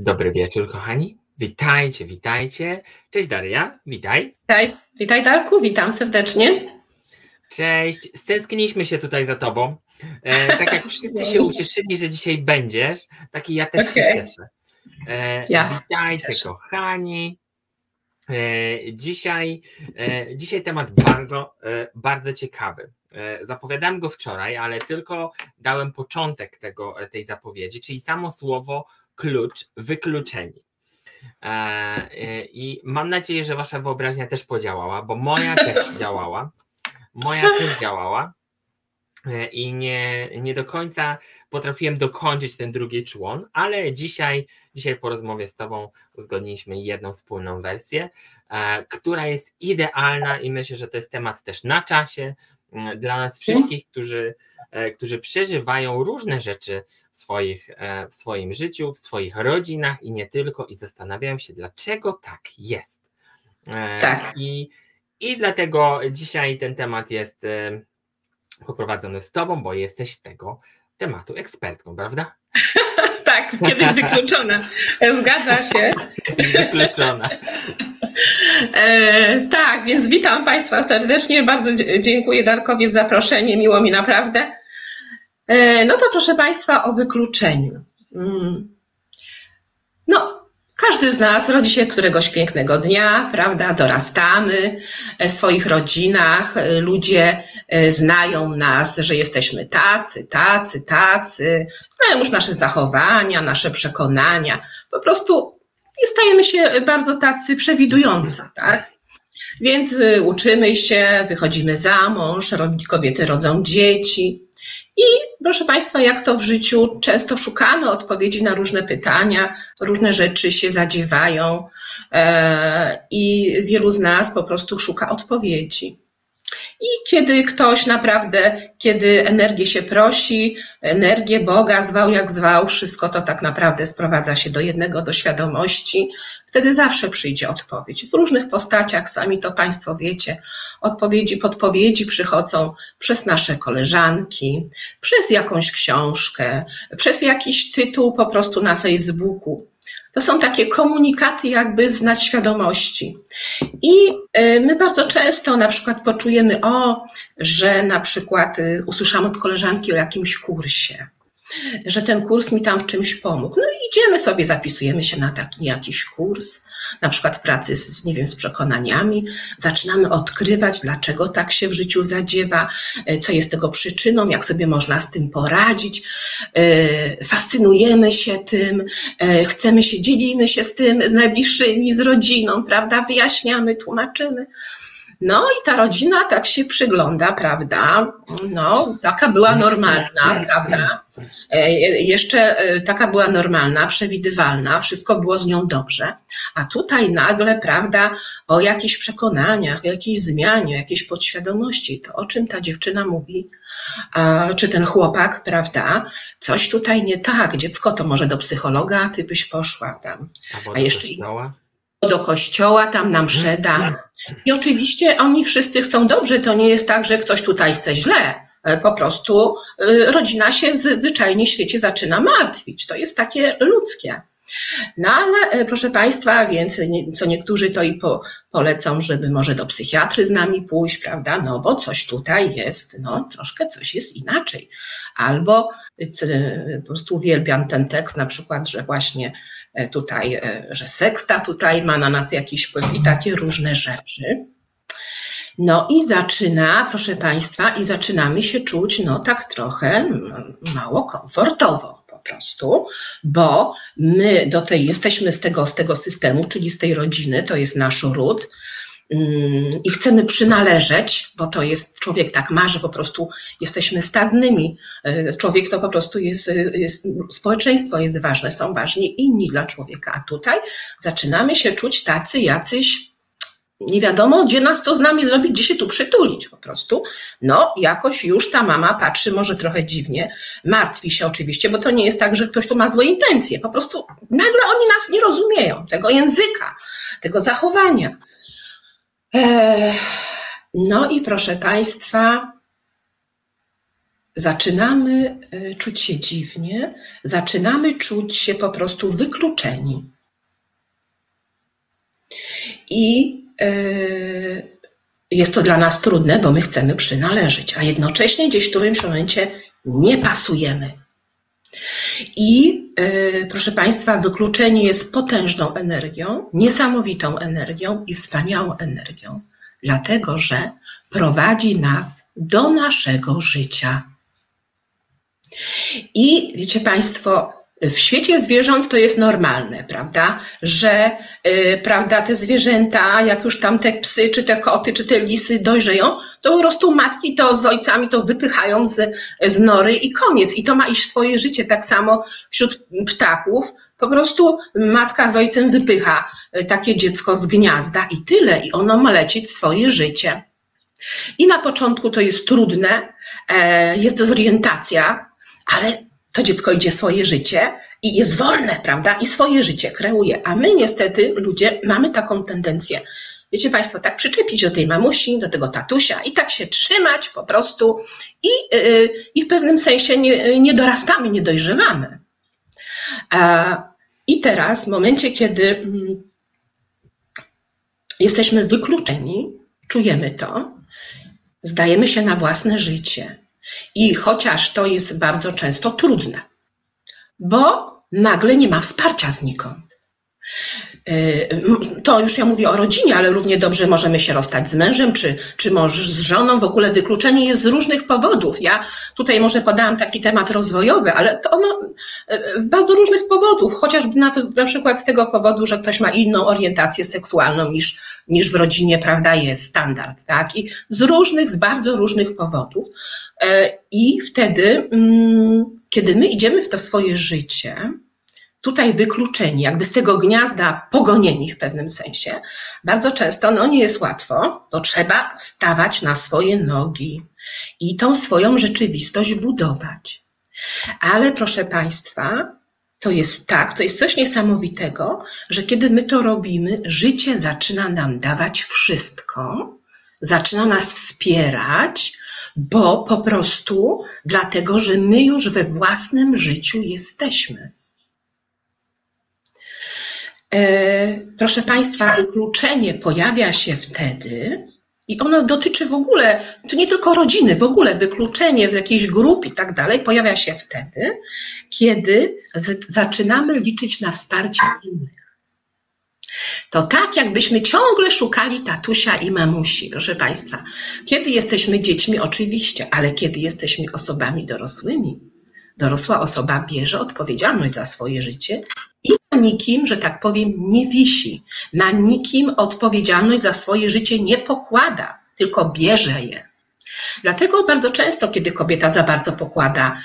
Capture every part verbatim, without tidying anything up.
Dobry wieczór, kochani. Witajcie, witajcie. Cześć Daria, witaj. Witaj, witaj Darku, witam serdecznie. Cześć, stęskniliśmy się tutaj za tobą. E, tak jak wszyscy się ucieszyli, że dzisiaj będziesz, tak i ja też okay. się cieszę. E, ja witajcie, cieszę. kochani. E, dzisiaj, e, dzisiaj temat bardzo, e, bardzo ciekawy. E, zapowiadałem go wczoraj, ale tylko dałem początek tego, tej zapowiedzi, czyli samo słowo klucz, wykluczeni. I mam nadzieję, że wasza wyobraźnia też podziałała, bo moja też działała. Moja też działała i nie, nie do końca potrafiłem dokończyć ten drugi człon, ale dzisiaj, dzisiaj po rozmowie z tobą uzgodniliśmy jedną wspólną wersję, która jest idealna i myślę, że to jest temat też na czasie dla nas wszystkich, którzy, którzy przeżywają różne rzeczy w, swoich, w swoim życiu, w swoich rodzinach i nie tylko, i zastanawiają się, dlaczego tak jest. Tak. I, i dlatego dzisiaj ten temat jest poprowadzony z tobą, bo jesteś tego tematu ekspertką, prawda? Tak, kiedyś wykluczona. Zgadza się. Wykluczona. E, tak, więc witam Państwa serdecznie. Bardzo dziękuję Darkowi za zaproszenie. Miło mi naprawdę. E, no to proszę Państwa o wykluczeniu. No, każdy z nas rodzi się któregoś pięknego dnia, prawda? Dorastamy w swoich rodzinach. Ludzie znają nas, że jesteśmy tacy, tacy, tacy. Znają już nasze zachowania, nasze przekonania. Po prostu i stajemy się bardzo tacy przewidujący, tak? Więc uczymy się, wychodzimy za mąż, kobiety rodzą dzieci. I proszę Państwa, jak to w życiu, często szukamy odpowiedzi na różne pytania, różne rzeczy się zadziewają i wielu z nas po prostu szuka odpowiedzi. I kiedy ktoś naprawdę, kiedy energię się prosi, energię Boga zwał jak zwał, wszystko to tak naprawdę sprowadza się do jednego, do świadomości, wtedy zawsze przyjdzie odpowiedź. W różnych postaciach, sami to Państwo wiecie, odpowiedzi, podpowiedzi przychodzą przez nasze koleżanki, przez jakąś książkę, przez jakiś tytuł po prostu na Facebooku. To są takie komunikaty jakby z nadświadomości. I my bardzo często na przykład poczujemy, o, że na przykład usłyszałam od koleżanki o jakimś kursie, że ten kurs mi tam w czymś pomógł. No i idziemy sobie, zapisujemy się na taki jakiś kurs, na przykład pracy z, nie wiem, z przekonaniami, zaczynamy odkrywać, dlaczego tak się w życiu zadziewa, co jest tego przyczyną, jak sobie można z tym poradzić, fascynujemy się tym, chcemy się, dzielimy się z tym, z najbliższymi, z rodziną, prawda, wyjaśniamy, tłumaczymy. No i ta rodzina tak się przygląda, prawda, no taka była normalna, prawda, jeszcze taka była normalna, przewidywalna, wszystko było z nią dobrze, a tutaj nagle, prawda, o jakichś przekonaniach, o jakiejś zmianie, o jakiejś podświadomości, to o czym ta dziewczyna mówi, czy ten chłopak, prawda, coś tutaj nie tak, dziecko to może do psychologa, ty byś poszła tam, a jeszcze do kościoła, tam nam mszę da. I oczywiście oni wszyscy chcą dobrze, to nie jest tak, że ktoś tutaj chce źle. Po prostu rodzina się zwyczajnie w świecie zaczyna martwić. To jest takie ludzkie. No ale proszę Państwa, więc co niektórzy to i po, polecą, żeby może do psychiatry z nami pójść, prawda, no bo coś tutaj jest, no troszkę coś jest inaczej. Albo po prostu uwielbiam ten tekst, na przykład, że właśnie tutaj, że seksta tutaj ma na nas jakiś wpływ i takie różne rzeczy. No i zaczyna, proszę Państwa, i zaczynamy się czuć, no tak trochę mało komfortowo po prostu, bo my do tej, jesteśmy z tego, z tego systemu, czyli z tej rodziny, to jest nasz ród, i chcemy przynależeć, bo to jest, człowiek tak ma, że po prostu jesteśmy stadnymi. Człowiek to po prostu jest, jest, społeczeństwo jest ważne, są ważni inni dla człowieka. A tutaj zaczynamy się czuć tacy, jacyś, nie wiadomo, gdzie nas, co z nami zrobić, gdzie się tu przytulić po prostu. No, jakoś już ta mama patrzy może trochę dziwnie, martwi się oczywiście, bo to nie jest tak, że ktoś tu ma złe intencje. Po prostu nagle oni nas nie rozumieją, tego języka, tego zachowania. No i proszę Państwa, zaczynamy czuć się dziwnie, zaczynamy czuć się po prostu wykluczeni. I jest to dla nas trudne, bo my chcemy przynależeć, a jednocześnie gdzieś w którymś momencie nie pasujemy. I proszę Państwa, wykluczenie jest potężną energią, niesamowitą energią i wspaniałą energią, dlatego że prowadzi nas do naszego życia. I wiecie Państwo, w świecie zwierząt to jest normalne, prawda, że yy, prawda, te zwierzęta, jak już tam te psy, czy te koty, czy te lisy dojrzeją, to po prostu matki to z ojcami to wypychają z, z nory i koniec. I to ma iść swoje życie. Tak samo wśród ptaków, po prostu matka z ojcem wypycha takie dziecko z gniazda i tyle. I ono ma lecieć swoje życie. I na początku to jest trudne, e, jest dezorientacja, ale to dziecko idzie swoje życie i jest wolne, prawda? I swoje życie kreuje. A my niestety, ludzie, mamy taką tendencję, wiecie Państwo, tak przyczepić do tej mamusi, do tego tatusia i tak się trzymać po prostu i, yy, i w pewnym sensie nie, nie dorastamy, nie dojrzewamy. A, I teraz w momencie, kiedy mm, jesteśmy wykluczeni, czujemy to, zdajemy się na własne życie. I chociaż to jest bardzo często trudne, bo nagle nie ma wsparcia znikąd. To już ja mówię o rodzinie, ale równie dobrze możemy się rozstać z mężem, czy, czy mąż z żoną. W ogóle wykluczenie jest z różnych powodów. Ja tutaj może podałam taki temat rozwojowy, ale to ono z bardzo różnych powodów, chociażby na, na przykład z tego powodu, że ktoś ma inną orientację seksualną niż, niż w rodzinie, prawda, jest standard, tak? I z różnych, z bardzo różnych powodów. I wtedy, kiedy my idziemy w to swoje życie, tutaj wykluczeni, jakby z tego gniazda pogonieni w pewnym sensie, bardzo często no nie jest łatwo, bo trzeba stawać na swoje nogi i tą swoją rzeczywistość budować. Ale proszę Państwa, to jest tak, to jest coś niesamowitego, że kiedy my to robimy, życie zaczyna nam dawać wszystko, zaczyna nas wspierać, bo po prostu dlatego, że my już we własnym życiu jesteśmy. Proszę Państwa, wykluczenie pojawia się wtedy i ono dotyczy w ogóle, to nie tylko rodziny, w ogóle wykluczenie w jakiejś grupie i tak dalej pojawia się wtedy, kiedy z, zaczynamy liczyć na wsparcie innych. To tak, jakbyśmy ciągle szukali tatusia i mamusi, proszę Państwa. Kiedy jesteśmy dziećmi, oczywiście, ale kiedy jesteśmy osobami dorosłymi, dorosła osoba bierze odpowiedzialność za swoje życie i na nikim, że tak powiem, nie wisi. Na nikim odpowiedzialność za swoje życie nie pokłada, tylko bierze je. Dlatego bardzo często, kiedy kobieta za bardzo pokłada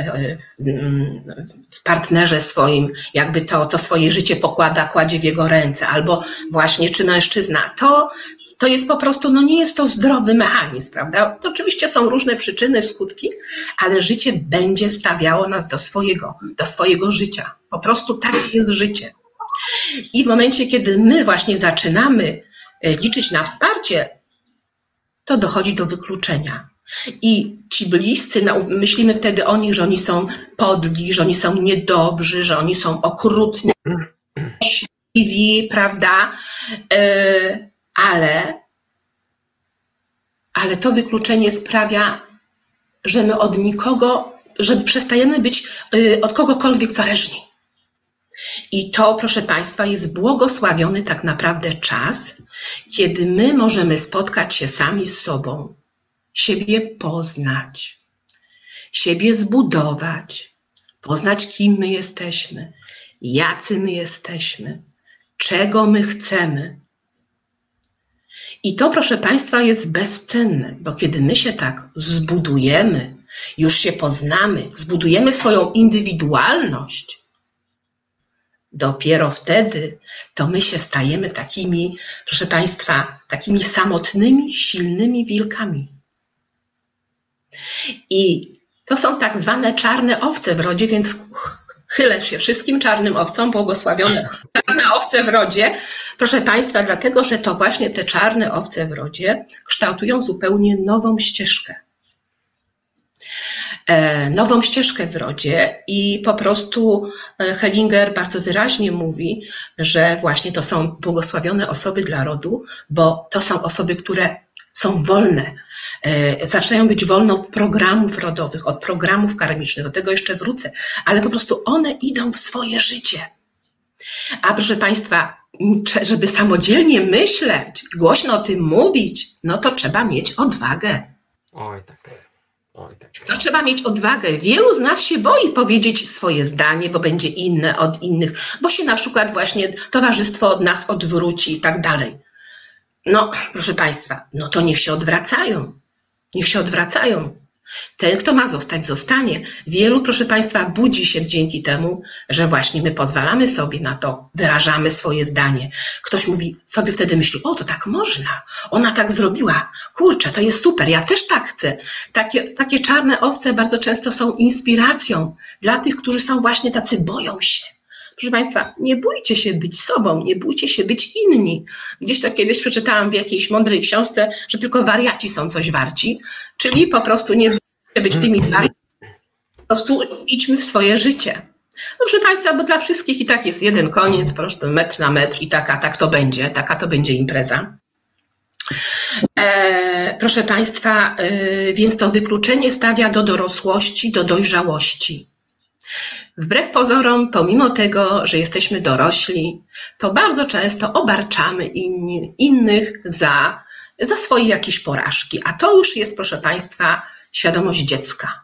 w partnerze swoim, jakby to, to swoje życie pokłada, kładzie w jego ręce, albo właśnie czy mężczyzna, to, to jest po prostu, no nie jest to zdrowy mechanizm, prawda? To oczywiście są różne przyczyny, skutki, ale życie będzie stawiało nas do swojego, do swojego życia. Po prostu tak jest życie. I w momencie, kiedy my właśnie zaczynamy liczyć na wsparcie, to dochodzi do wykluczenia. I ci bliscy, myślimy wtedy o nich, że oni są podli, że oni są niedobrzy, że oni są okrutni, śliwi, prawda? Ale, ale to wykluczenie sprawia, że my od nikogo, że przestajemy być od kogokolwiek zależni. I to, proszę Państwa, jest błogosławiony tak naprawdę czas, kiedy my możemy spotkać się sami z sobą, siebie poznać, siebie zbudować, poznać, kim my jesteśmy, jacy my jesteśmy, czego my chcemy. I to, proszę Państwa, jest bezcenne, bo kiedy my się tak zbudujemy, już się poznamy, zbudujemy swoją indywidualność, dopiero wtedy to my się stajemy takimi, proszę Państwa, takimi samotnymi, silnymi wilkami. I to są tak zwane czarne owce w rodzie, więc chylę się wszystkim czarnym owcom, błogosławione czarne owce w rodzie. Proszę Państwa, dlatego, że to właśnie te czarne owce w rodzie kształtują zupełnie nową ścieżkę. nową ścieżkę w rodzie i po prostu Hellinger bardzo wyraźnie mówi, że właśnie to są błogosławione osoby dla rodu, bo to są osoby, które są wolne, zaczynają być wolne od programów rodowych, od programów karmicznych, do tego jeszcze wrócę, ale po prostu one idą w swoje życie. A proszę Państwa, żeby samodzielnie myśleć, głośno o tym mówić, no to trzeba mieć odwagę. Oj tak. Oj, tak. To trzeba mieć odwagę. Wielu z nas się boi powiedzieć swoje zdanie, bo będzie inne od innych, bo się na przykład właśnie towarzystwo od nas odwróci i tak dalej. No, proszę Państwa, no to niech się odwracają. Niech się odwracają. Ten, kto ma zostać, zostanie. Wielu, proszę Państwa, budzi się dzięki temu, że właśnie my pozwalamy sobie na to, wyrażamy swoje zdanie. Ktoś mówi, sobie wtedy myśli, o, to tak można, ona tak zrobiła, kurczę, to jest super, ja też tak chcę. Takie, takie czarne owce bardzo często są inspiracją dla tych, którzy są właśnie tacy, boją się. Proszę Państwa, nie bójcie się być sobą, nie bójcie się być inni. Gdzieś to kiedyś przeczytałam w jakiejś mądrej książce, że tylko wariaci są coś warci, czyli po prostu nie bójcie się być tymi wariatami, po prostu idźmy w swoje życie. No proszę Państwa, bo dla wszystkich i tak jest jeden koniec, po prostu metr na metr i taka, tak to będzie, taka to będzie impreza. E, proszę Państwa, e, więc to wykluczenie stawia do dorosłości, do dojrzałości. Wbrew pozorom, pomimo tego, że jesteśmy dorośli, to bardzo często obarczamy inni, innych za, za swoje jakieś porażki. A to już jest, proszę Państwa, świadomość dziecka.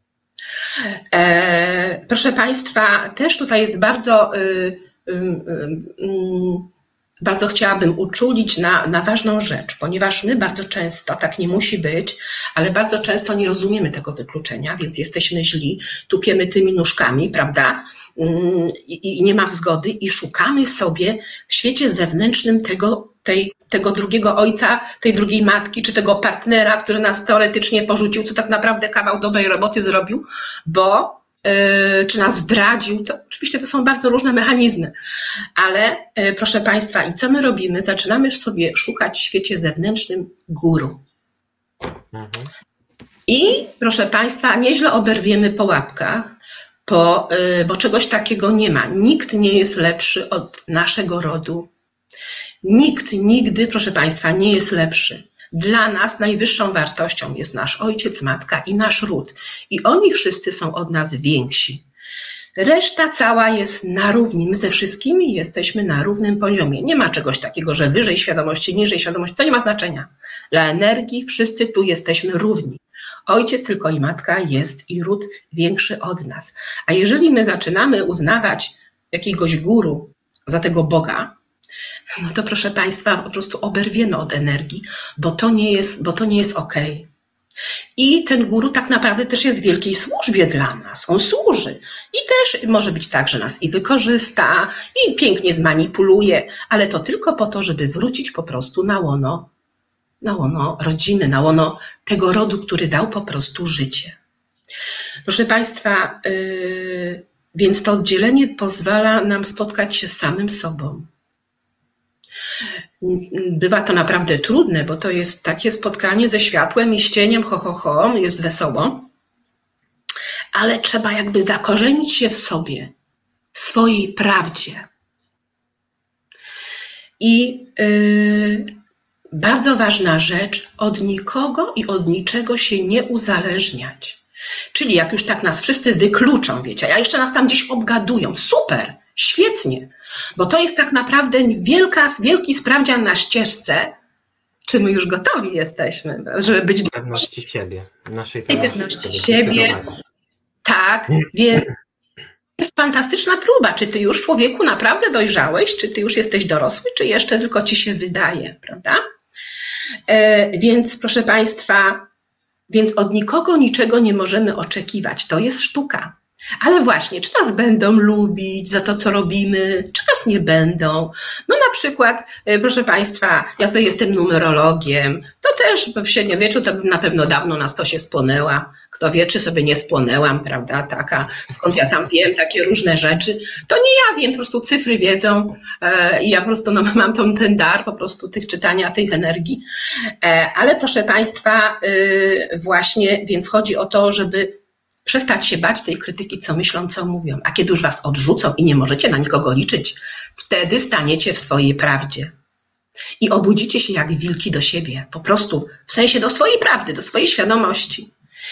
E, proszę Państwa, też tutaj jest bardzo, y, y, y, y, bardzo chciałabym uczulić na, na ważną rzecz, ponieważ my bardzo często, tak nie musi być, ale bardzo często nie rozumiemy tego wykluczenia, więc jesteśmy źli, tupiemy tymi nóżkami, prawda, i, i nie ma zgody i szukamy sobie w świecie zewnętrznym tego, tej, tego drugiego ojca, tej drugiej matki, czy tego partnera, który nas teoretycznie porzucił, co tak naprawdę kawał dobrej roboty zrobił, bo czy nas zdradził, to oczywiście to są bardzo różne mechanizmy, ale proszę Państwa, i co my robimy? Zaczynamy sobie szukać w świecie zewnętrznym guru. Mhm. I proszę Państwa, nieźle oberwiemy po łapkach, po, bo czegoś takiego nie ma. Nikt nie jest lepszy od naszego rodu. Nikt nigdy, proszę Państwa, nie jest lepszy. Dla nas najwyższą wartością jest nasz ojciec, matka i nasz ród. I oni wszyscy są od nas więksi. Reszta cała jest na równi. My ze wszystkimi jesteśmy na równym poziomie. Nie ma czegoś takiego, że wyżej świadomości, niżej świadomości. To nie ma znaczenia. Dla energii wszyscy tu jesteśmy równi. Ojciec tylko i matka jest i ród większy od nas. A jeżeli my zaczynamy uznawać jakiegoś guru za tego Boga, no to proszę Państwa, po prostu oberwiemy od energii, bo to nie jest, bo to nie jest okej. I ten guru tak naprawdę też jest w wielkiej służbie dla nas. On służy. I też może być tak, że nas i wykorzysta, i pięknie zmanipuluje, ale to tylko po to, żeby wrócić po prostu na łono, na łono rodziny, na łono tego rodu, który dał po prostu życie. Proszę Państwa, yy, więc to oddzielenie pozwala nam spotkać się z samym sobą. Bywa to naprawdę trudne, bo to jest takie spotkanie ze światłem i z cieniem, ho, ho, ho, jest wesoło, ale trzeba jakby zakorzenić się w sobie, w swojej prawdzie. I yy, bardzo ważna rzecz, od nikogo i od niczego się nie uzależniać. Czyli jak już tak nas wszyscy wykluczą, wiecie, a jeszcze nas tam gdzieś obgadują, super, świetnie, bo to jest tak naprawdę wielka, wielki sprawdzian na ścieżce, czy my już gotowi jesteśmy, żeby być... Pewności siebie. Naszej pewności siebie. Tak, więc jest fantastyczna próba, czy ty już, człowieku, naprawdę dojrzałeś, czy ty już jesteś dorosły, czy jeszcze tylko ci się wydaje, prawda? E, więc proszę Państwa, więc od nikogo niczego nie możemy oczekiwać, to jest sztuka. Ale właśnie, czy nas będą lubić za to, co robimy, czy nas nie będą? No na przykład, proszę Państwa, ja tutaj jestem numerologiem, to też w średniowieczu to na pewno dawno na stosie spłonęła. Kto wie, czy sobie nie spłonęłam, prawda, taka, skąd ja tam wiem, takie różne rzeczy. To nie ja wiem, po prostu cyfry wiedzą e, i ja po prostu no, mam tą, ten dar po prostu tych czytania, tych energii. E, ale proszę Państwa, e, właśnie, więc chodzi o to, żeby Przestać się bać tej krytyki, co myślą, co mówią. A kiedy już was odrzucą i nie możecie na nikogo liczyć, wtedy staniecie w swojej prawdzie. I obudzicie się jak wilki do siebie. Po prostu w sensie do swojej prawdy, do swojej świadomości.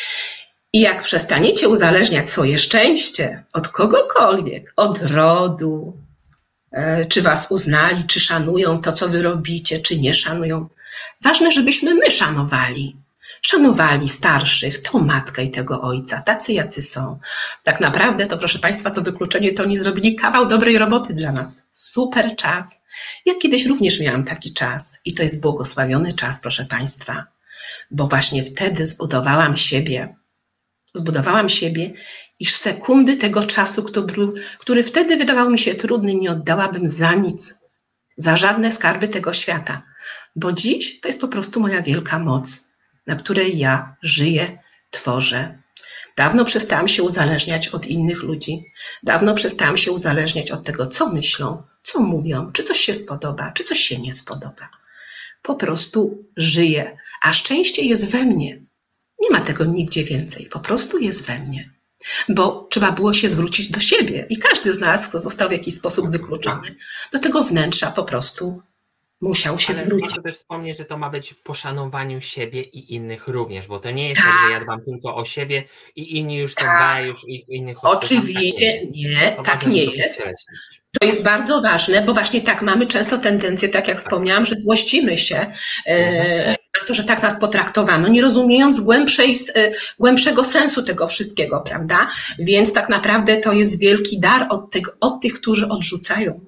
I jak przestaniecie uzależniać swoje szczęście od kogokolwiek, od rodu, czy was uznali, czy szanują to, co wy robicie, czy nie szanują. Ważne, żebyśmy my szanowali. Szanowali starszych, tą matkę i tego ojca, tacy jacy są. Tak naprawdę to, proszę państwa, to wykluczenie, to oni zrobili kawał dobrej roboty dla nas. Super czas. Ja kiedyś również miałam taki czas i to jest błogosławiony czas, proszę państwa, bo właśnie wtedy zbudowałam siebie. Zbudowałam siebie i sekundy tego czasu, który, który wtedy wydawał mi się trudny, nie oddałabym za nic, za żadne skarby tego świata. Bo dziś to jest po prostu moja wielka moc, na której ja żyję, tworzę. Dawno przestałam się uzależniać od innych ludzi. Dawno przestałam się uzależniać od tego, co myślą, co mówią, czy coś się spodoba, czy coś się nie spodoba. Po prostu żyję, a szczęście jest we mnie. Nie ma tego nigdzie więcej, po prostu jest we mnie. Bo trzeba było się zwrócić do siebie i każdy z nas, kto został w jakiś sposób wykluczony, do tego wnętrza po prostu musiał się Ale zwrócić. warto też wspomnieć, że to ma być w poszanowaniu siebie i innych również, bo to nie jest tak, Tak. że ja dbam tylko o siebie i inni już sobie Tak. dbają już ich innych. Oczywiście nie, tak nie jest. To jest bardzo ważne, bo właśnie tak mamy często tendencję, tak jak wspomniałam, że złościmy się e, na to, że tak nas potraktowano, nie rozumiejąc głębszej, e, głębszego sensu tego wszystkiego, prawda? Więc tak naprawdę to jest wielki dar od tych, od tych którzy odrzucają.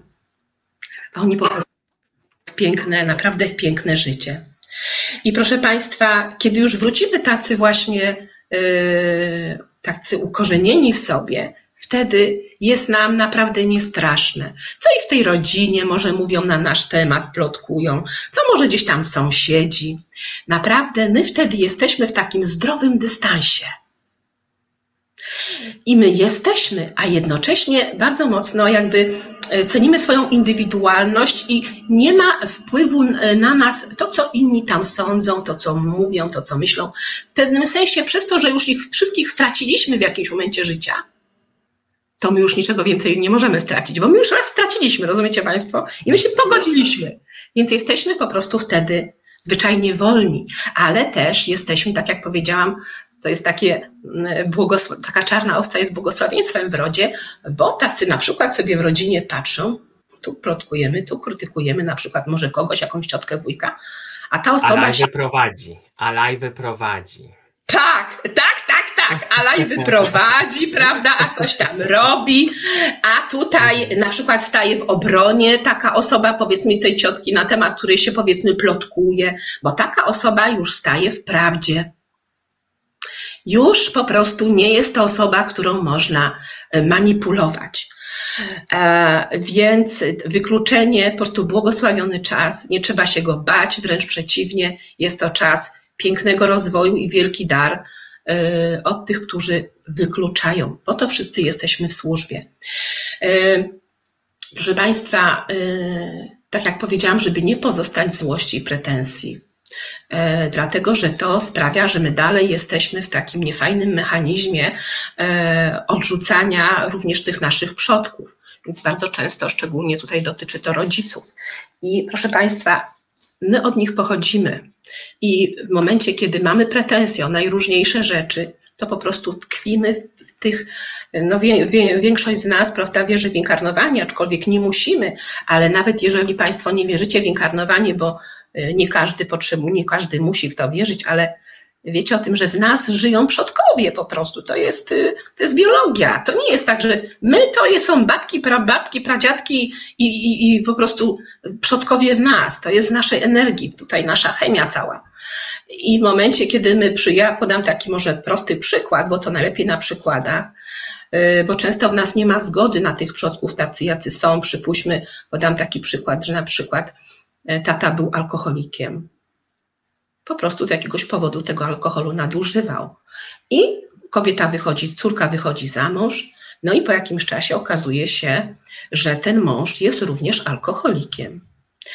A oni po prostu piękne, naprawdę piękne życie. I proszę państwa, kiedy już wrócimy tacy właśnie, e, tacy ukorzenieni w sobie, wtedy jest nam naprawdę niestraszne. Co i w tej rodzinie może mówią na nasz temat, plotkują, co może gdzieś tam sąsiedzi. Naprawdę my wtedy jesteśmy w takim zdrowym dystansie. I my jesteśmy, a jednocześnie bardzo mocno jakby cenimy swoją indywidualność i nie ma wpływu na nas to, co inni tam sądzą, to, co mówią, to, co myślą. W pewnym sensie przez to, że już ich wszystkich straciliśmy w jakimś momencie życia, to my już niczego więcej nie możemy stracić, bo my już raz straciliśmy, rozumiecie państwo? I my się pogodziliśmy. Więc jesteśmy po prostu wtedy zwyczajnie wolni, ale też jesteśmy, tak jak powiedziałam, to jest takie błogosław... taka czarna owca jest błogosławieństwem w rodzie, bo tacy na przykład sobie w rodzinie patrzą, tu plotkujemy, tu krytykujemy na przykład może kogoś, jakąś ciotkę, wujka, a ta osoba... Alaj wyprowadzi, Alaj wyprowadzi. Tak, tak, tak, tak, Alaj wyprowadzi, prawda, a coś tam robi, a tutaj na przykład staje w obronie taka osoba, powiedzmy tej ciotki, na temat której się powiedzmy plotkuje, bo taka osoba już staje w prawdzie. Już po prostu nie jest to osoba, którą można manipulować. E, więc wykluczenie, po prostu błogosławiony czas, nie trzeba się go bać, wręcz przeciwnie, jest to czas pięknego rozwoju i wielki dar y, od tych, którzy wykluczają, bo to wszyscy jesteśmy w służbie. Y, proszę państwa, y, tak jak powiedziałam, żeby nie pozostać w złości i pretensji, y, dlatego, że to sprawia, że my dalej jesteśmy w takim niefajnym mechanizmie y, odrzucania również tych naszych przodków, więc bardzo często, szczególnie tutaj dotyczy to rodziców. I proszę państwa, my od nich pochodzimy i w momencie, kiedy mamy pretensje o najróżniejsze rzeczy, to po prostu tkwimy w, w tych, no wie, wie, większość z nas, prawda, wierzy w inkarnowanie, aczkolwiek nie musimy, ale nawet jeżeli państwo nie wierzycie w inkarnowanie, bo nie każdy potrzebuje, nie każdy musi w to wierzyć, ale wiecie o tym, że w nas żyją przodkowie po prostu, to jest, to jest biologia, to nie jest tak, że my to są babki, prababki, pradziadki i, i, i po prostu przodkowie w nas, to jest z naszej energii, tutaj nasza chemia cała. I w momencie, kiedy my, przy, ja podam taki może prosty przykład, bo to najlepiej na przykładach, bo często w nas nie ma zgody na tych przodków tacy, jacy są, przypuśćmy, podam taki przykład, że na przykład tata był alkoholikiem. Po prostu z jakiegoś powodu tego alkoholu nadużywał. I kobieta wychodzi, córka wychodzi za mąż, no i po jakimś czasie okazuje się, że ten mąż jest również alkoholikiem.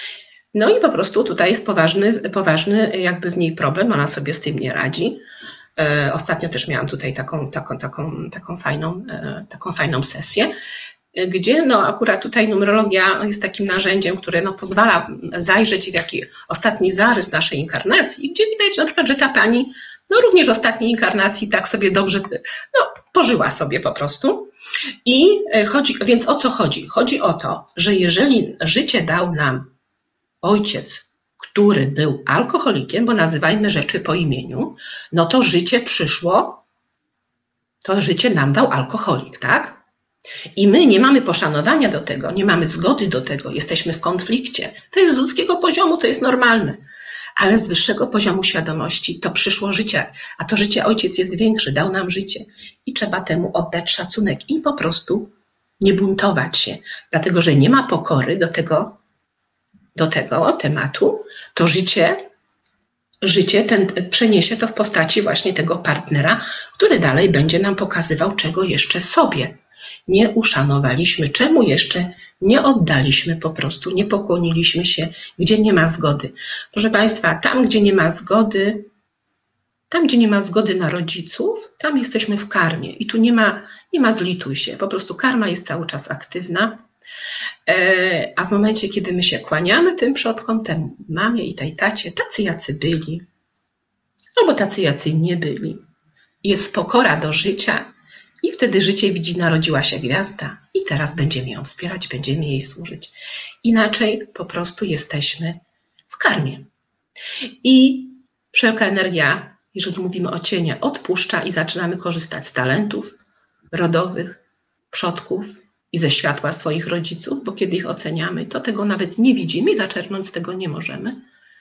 No i po prostu tutaj jest poważny, poważny jakby w niej problem, ona sobie z tym nie radzi. Ostatnio też miałam tutaj taką, taką, taką, taką, fajną, taką fajną sesję, gdzie no akurat tutaj numerologia jest takim narzędziem, które no pozwala zajrzeć w jaki ostatni zarys naszej inkarnacji, gdzie widać na przykład, że ta pani no również w ostatniej inkarnacji tak sobie dobrze no, pożyła sobie po prostu. I chodzi, więc o co chodzi? Chodzi o to, że jeżeli życie dał nam ojciec, który był alkoholikiem, bo nazywajmy rzeczy po imieniu, no to życie przyszło, to życie nam dał alkoholik, tak? I my nie mamy poszanowania do tego, nie mamy zgody do tego, jesteśmy w konflikcie. To jest z ludzkiego poziomu, to jest normalne. Ale z wyższego poziomu świadomości to przyszło życie, a to życie ojciec jest większy, dał nam życie i trzeba temu oddać szacunek i po prostu nie buntować się, dlatego że nie ma pokory do tego, do tego tematu, to życie, życie ten przeniesie to w postaci właśnie tego partnera, który dalej będzie nam pokazywał, czego jeszcze sobie nie uszanowaliśmy, czemu jeszcze nie oddaliśmy po prostu, nie pokłoniliśmy się, gdzie nie ma zgody. Proszę Państwa, tam, gdzie nie ma zgody, tam, gdzie nie ma zgody na rodziców, tam jesteśmy w karmie i tu nie ma, nie ma zlituj się, po prostu karma jest cały czas aktywna, a w momencie, kiedy my się kłaniamy tym przodkom, tej mamie i tej tacie, tacy jacy byli, albo tacy jacy nie byli, jest pokora do życia i wtedy życie widzi, narodziła się gwiazda i teraz będziemy ją wspierać, będziemy jej służyć. Inaczej po prostu jesteśmy w karmie. I wszelka energia, jeżeli mówimy o cienie, odpuszcza i zaczynamy korzystać z talentów rodowych, przodków i ze światła swoich rodziców, bo kiedy ich oceniamy, to tego nawet nie widzimy i zaczerpnąć z tego nie możemy.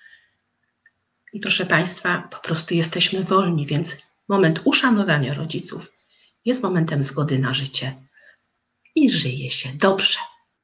I proszę Państwa, po prostu jesteśmy wolni, więc moment uszanowania rodziców jest momentem zgody na życie i żyje się dobrze.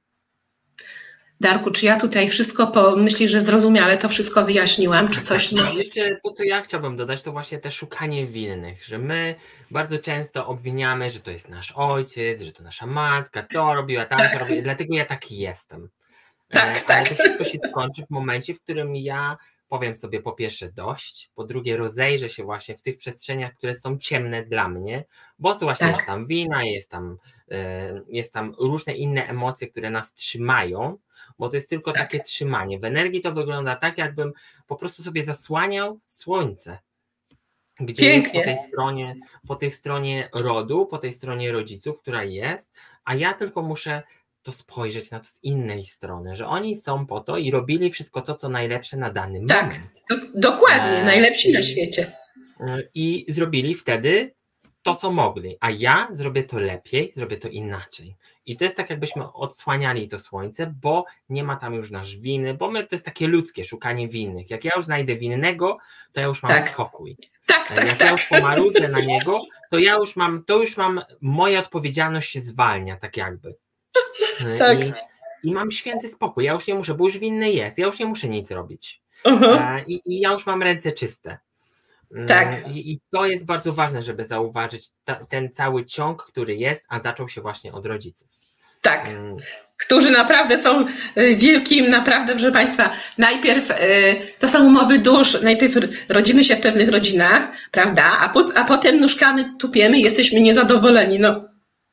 Darku, czy ja tutaj wszystko, po, myślisz, że zrozumiale to wszystko wyjaśniłam, czy coś? No, jeszcze to, co ja chciałbym dodać, to właśnie te szukanie winnych, że my bardzo często obwiniamy, że to jest nasz ojciec, że to nasza matka, to robiła, tam to robiła, dlatego ja taki jestem. Tak, Ale tak. to wszystko się skończy w momencie, w którym ja powiem sobie po pierwsze dość, po drugie rozejrzę się właśnie w tych przestrzeniach, które są ciemne dla mnie, bo właśnie Tak. jest tam wina, jest tam, jest tam różne inne emocje, które nas trzymają, bo to jest tylko Tak. takie trzymanie. W energii to wygląda tak, jakbym po prostu sobie zasłaniał słońce, gdzie Pięknie. jest po tej stronie, po tej stronie rodu, po tej stronie rodziców, która jest, a ja tylko muszę to spojrzeć na to z innej strony, że oni są po to i robili wszystko to, co najlepsze na dany Tak, moment. do, dokładnie, E, najlepsi i, na świecie. I zrobili wtedy to, co mogli, a ja zrobię to lepiej, zrobię to inaczej. I to jest tak, jakbyśmy odsłaniali to słońce, bo nie ma tam już nasz winy, bo my, to jest takie ludzkie szukanie winnych. Jak ja już znajdę winnego, to ja już mam Tak. spokój. Tak, tak, Jak tak. ja już pomarudzę na niego, to ja już mam, to już mam, moja odpowiedzialność się zwalnia, tak jakby. Tak. I, I mam święty spokój, ja już nie muszę, bo już winny jest, ja już nie muszę nic robić. Uh-huh. I, I ja już mam ręce czyste. Tak. I, I to jest bardzo ważne, żeby zauważyć ta, ten cały ciąg, który jest, a zaczął się właśnie od rodziców. Tak. Hmm. Którzy naprawdę są wielkim, naprawdę, proszę Państwa, najpierw to są umowy dusz, najpierw rodzimy się w pewnych rodzinach, prawda, a, po, a potem nóżkami tupiemy i jesteśmy niezadowoleni. No.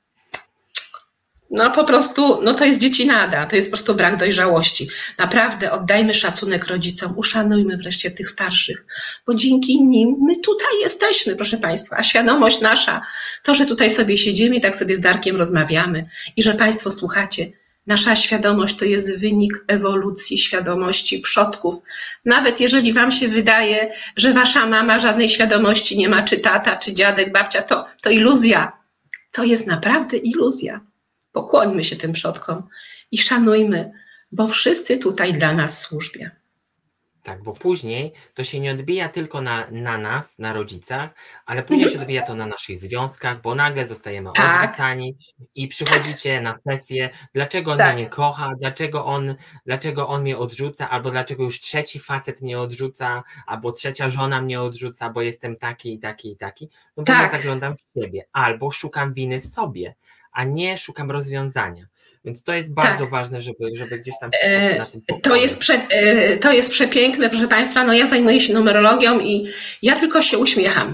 No po prostu, no to jest dziecinada, to jest po prostu brak dojrzałości. Naprawdę oddajmy szacunek rodzicom, uszanujmy wreszcie tych starszych, bo dzięki nim my tutaj jesteśmy, proszę Państwa, a świadomość nasza, to, że tutaj sobie siedzimy i tak sobie z Darkiem rozmawiamy i że Państwo słuchacie, nasza świadomość to jest wynik ewolucji świadomości przodków. Nawet jeżeli Wam się wydaje, że Wasza mama żadnej świadomości nie ma, czy tata, czy dziadek, babcia, to, to iluzja. To jest naprawdę iluzja. Pokłońmy się tym przodkom i szanujmy, bo wszyscy tutaj dla nas służbie. Tak, bo później to się nie odbija tylko na, na nas, na rodzicach, ale później się odbija to na naszych związkach, bo nagle zostajemy Tak. odrzucani i przychodzicie na sesję, dlaczego on Tak. mnie nie kocha, dlaczego on, dlaczego on mnie odrzuca, albo dlaczego już trzeci facet mnie odrzuca, albo trzecia żona mnie odrzuca, bo jestem taki i taki i taki. No bo Tak. ja zaglądam w siebie, albo szukam winy w sobie, a nie szukam rozwiązania. Więc to jest bardzo Tak. ważne, żeby, żeby gdzieś tam się na tym e, to jest, prze, e, to jest przepiękne, proszę Państwa. No ja zajmuję się numerologią i ja tylko się uśmiecham.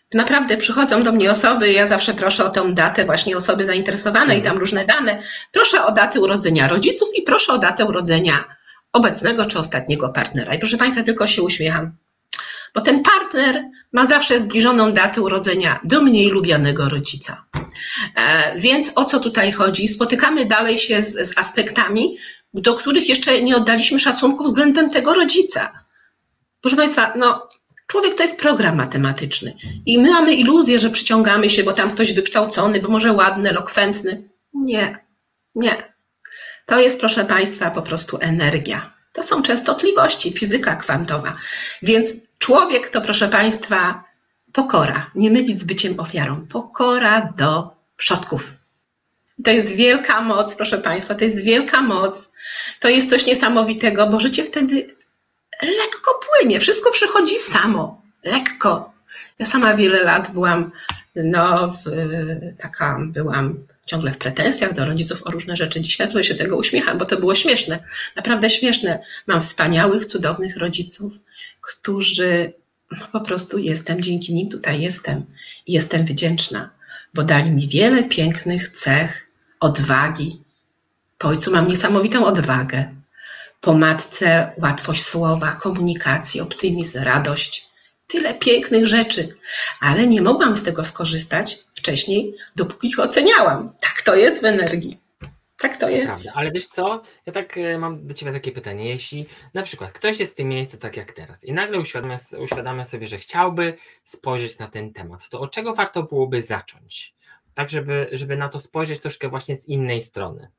Naprawdę przychodzą do mnie osoby, ja zawsze proszę o tą datę, właśnie osoby zainteresowane mm. i tam różne dane. Proszę o datę urodzenia rodziców i proszę o datę urodzenia obecnego czy ostatniego partnera. I proszę Państwa, tylko się uśmiecham, bo ten partner ma zawsze zbliżoną datę urodzenia do mniej lubianego rodzica. E, więc o co tutaj chodzi? Spotykamy dalej się z, z aspektami, do których jeszcze nie oddaliśmy szacunku względem tego rodzica. Proszę Państwa, no człowiek to jest program matematyczny i my mamy iluzję, że przyciągamy się, bo tam ktoś wykształcony, bo może ładny, elokwentny. Nie, nie. To jest, proszę Państwa, po prostu energia. To są częstotliwości, fizyka kwantowa. Więc człowiek to, proszę Państwa, pokora. Nie mylić z byciem ofiarą. Pokora do przodków. To jest wielka moc, proszę Państwa, to jest wielka moc. To jest coś niesamowitego, bo życie wtedy lekko płynie. Wszystko przychodzi samo. Lekko. Ja sama wiele lat byłam, no, w, taka byłam ciągle w pretensjach do rodziców o różne rzeczy. Dziś na się tego uśmiecham, bo to było śmieszne. Naprawdę śmieszne. Mam wspaniałych, cudownych rodziców, którzy no, po prostu jestem, dzięki nim tutaj jestem i jestem wdzięczna, bo dali mi wiele pięknych cech, odwagi. Po ojcu mam niesamowitą odwagę. Po matce łatwość słowa, komunikacji, optymizm, radość. Tyle pięknych rzeczy, ale nie mogłam z tego skorzystać wcześniej, dopóki ich oceniałam. Tak to jest w energii. Tak to jest. Prawda, ale wiesz co, ja tak mam do Ciebie takie pytanie, jeśli na przykład ktoś jest w tym miejscu tak jak teraz i nagle uświadamia, uświadamia sobie, że chciałby spojrzeć na ten temat, to od czego warto byłoby zacząć? Tak, żeby, żeby na to spojrzeć troszkę właśnie z innej strony.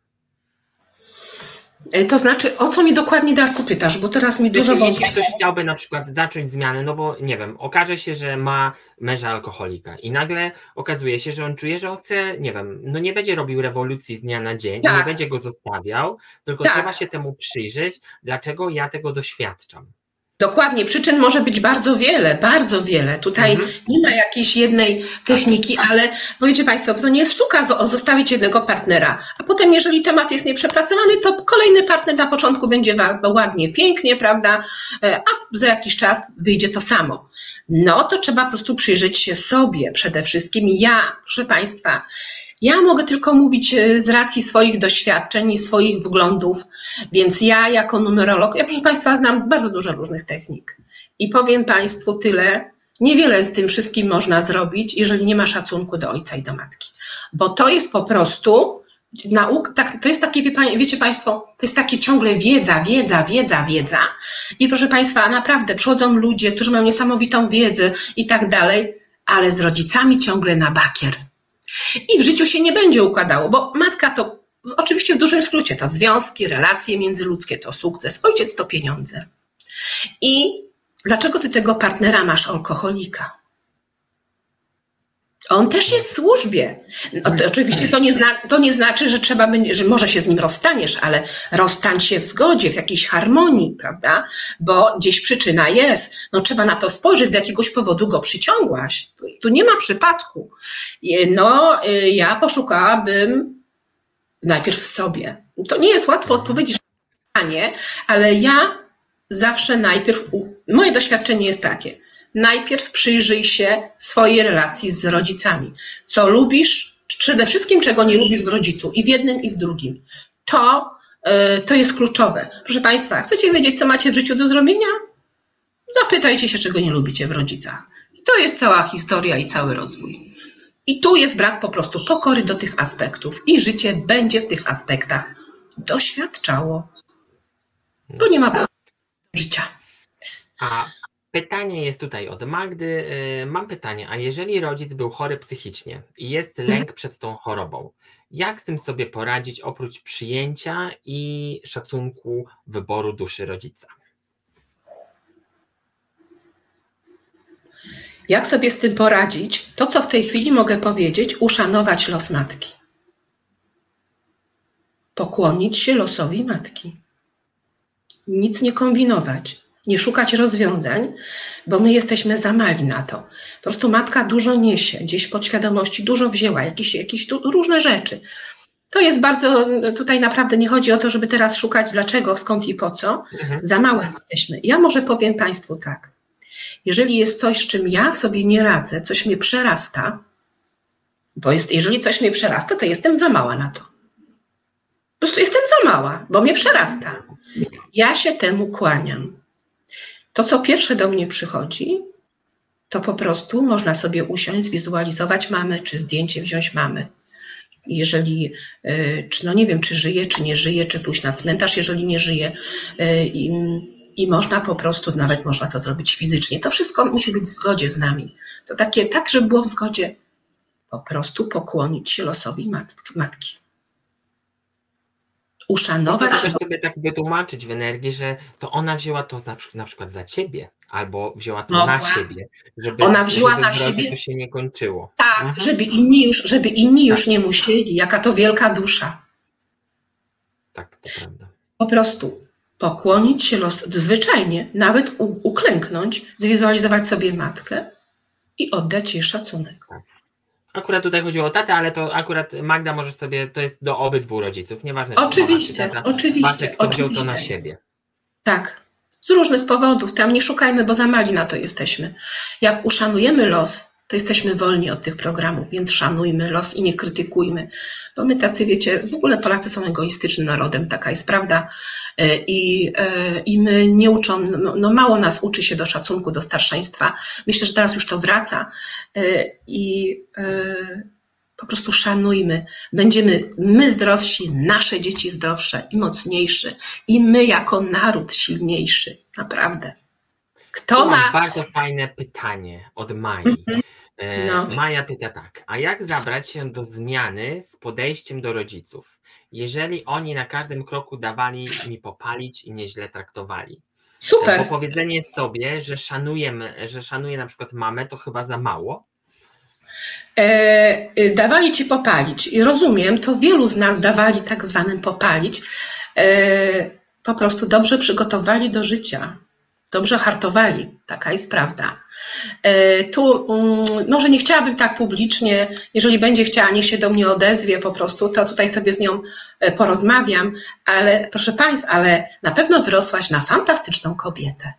To znaczy, o co mi dokładnie, Darku, pytasz, bo teraz mi dużo wątków. Jeśli ktoś chciałby na przykład zacząć zmiany, no bo nie wiem, okaże się, że ma męża alkoholika i nagle okazuje się, że on czuje, że on chce, nie wiem, no nie będzie robił rewolucji z dnia na dzień, tak. nie będzie go zostawiał, tylko tak. trzeba się temu przyjrzeć, dlaczego ja tego doświadczam. Dokładnie, przyczyn może być bardzo wiele, bardzo wiele. Tutaj mhm. nie ma jakiejś jednej techniki, ale no wiecie Państwo, to nie jest sztuka zostawić jednego partnera, a potem jeżeli temat jest nieprzepracowany, to kolejny partner na początku będzie ładnie, pięknie, prawda, a za jakiś czas wyjdzie to samo. No to trzeba po prostu przyjrzeć się sobie przede wszystkim. Ja, proszę Państwa, ja mogę tylko mówić z racji swoich doświadczeń i swoich wglądów, więc ja jako numerolog, ja proszę Państwa znam bardzo dużo różnych technik i powiem Państwu tyle, niewiele z tym wszystkim można zrobić, jeżeli nie ma szacunku do ojca i do matki, bo to jest po prostu nauka, tak, to jest takie, wiecie Państwo, to jest takie ciągle wiedza, wiedza, wiedza, wiedza i proszę Państwa, naprawdę przychodzą ludzie, którzy mają niesamowitą wiedzę i tak dalej, ale z rodzicami ciągle na bakier. I w życiu się nie będzie układało, bo matka to oczywiście w dużym skrócie to związki, relacje międzyludzkie, to sukces, ojciec to pieniądze. I dlaczego ty tego partnera masz alkoholika? On też jest w służbie. No, to oczywiście to nie, zna, to nie znaczy, że trzeba będzie, że może się z nim rozstaniesz, ale rozstań się w zgodzie, w jakiejś harmonii, prawda? Bo gdzieś przyczyna jest. No trzeba na to spojrzeć, z jakiegoś powodu go przyciągłaś. Tu, tu nie ma przypadku. No ja poszukałabym najpierw w sobie. To nie jest łatwo odpowiedzieć na pytanie, ale ja zawsze najpierw, moje doświadczenie jest takie, najpierw przyjrzyj się swojej relacji z rodzicami. Co lubisz, przede wszystkim czego nie lubisz w rodzicu i w jednym i w drugim. To, yy, to jest kluczowe. Proszę Państwa, chcecie wiedzieć, co macie w życiu do zrobienia? Zapytajcie się, czego nie lubicie w rodzicach. I to jest cała historia i cały rozwój. I tu jest brak po prostu pokory do tych aspektów i życie będzie w tych aspektach doświadczało. Bo nie ma życia. A pytanie jest tutaj od Magdy. Mam pytanie, a jeżeli rodzic był chory psychicznie i jest lęk przed tą chorobą, jak z tym sobie poradzić oprócz przyjęcia i szacunku wyboru duszy rodzica? Jak sobie z tym poradzić? To, co w tej chwili mogę powiedzieć, uszanować los matki. Pokłonić się losowi matki. Nic nie kombinować. Nie szukać rozwiązań, bo my jesteśmy za mali na to. Po prostu matka dużo niesie, gdzieś w podświadomości dużo wzięła, jakieś, jakieś tu, różne rzeczy. To jest bardzo, tutaj naprawdę nie chodzi o to, żeby teraz szukać dlaczego, skąd i po co. Mhm. Za małe jesteśmy. Ja może powiem Państwu tak. Jeżeli jest coś, z czym ja sobie nie radzę, coś mnie przerasta, bo jest, jeżeli coś mnie przerasta, to jestem za mała na to. Po prostu jestem za mała, bo mnie przerasta. Ja się temu kłaniam. To, co pierwsze do mnie przychodzi, to po prostu można sobie usiąść, zwizualizować mamę, czy zdjęcie wziąć mamy. Jeżeli, czy no nie wiem, czy żyje, czy nie żyje, czy pójść na cmentarz, jeżeli nie żyje. I, i można po prostu, nawet można to zrobić fizycznie. To wszystko musi być w zgodzie z nami. To takie, tak, żeby było w zgodzie, po prostu pokłonić się losowi matki. matki. Uszanować. Można też sobie tak wytłumaczyć w energii, że to ona wzięła to za, na przykład za ciebie, albo wzięła to no, na siebie, żeby, ona wzięła żeby na w drodze siebie, to się nie kończyło. Tak, mhm. żeby inni już, żeby inni tak. już nie musieli. Jaka to wielka dusza. Tak, to prawda. Po prostu pokłonić się los, zwyczajnie, nawet u, uklęknąć, zwizualizować sobie matkę i oddać jej szacunek. Tak. Akurat tutaj chodziło o tatę, ale to akurat Magda może sobie, to jest do obydwu rodziców, nieważne czy Oczywiście, mama, czy tata, oczywiście, ważne, kto oczywiście. wziął to na siebie. Tak, z różnych powodów, tam nie szukajmy, bo za mali na to jesteśmy. Jak uszanujemy los, to jesteśmy wolni od tych programów, więc szanujmy los i nie krytykujmy, bo my tacy, wiecie, w ogóle Polacy są egoistycznym narodem, taka jest prawda i, i my nie uczą, no, no mało nas uczy się do szacunku, do starszeństwa. Myślę, że teraz już to wraca i po prostu szanujmy. Będziemy my zdrowsi, nasze dzieci zdrowsze i mocniejsze i my jako naród silniejszy, naprawdę. Kto tu ma... Mam bardzo fajne pytanie od Mai. No. Maja pyta tak, a jak zabrać się do zmiany z podejściem do rodziców, jeżeli oni na każdym kroku dawali mi popalić i mnie źle traktowali? Super. Bo powiedzenie sobie, że szanujemy, że szanuję na przykład mamę, to chyba za mało. E, dawali ci popalić i rozumiem, to wielu z nas dawali tak zwanym popalić, e, po prostu dobrze przygotowali do życia. Dobrze hartowali, taka jest prawda. Tu może nie chciałabym tak publicznie, jeżeli będzie chciała, niech się do mnie odezwie po prostu, to tutaj sobie z nią porozmawiam, ale proszę Państwa, ale na pewno wyrosłaś na fantastyczną kobietę.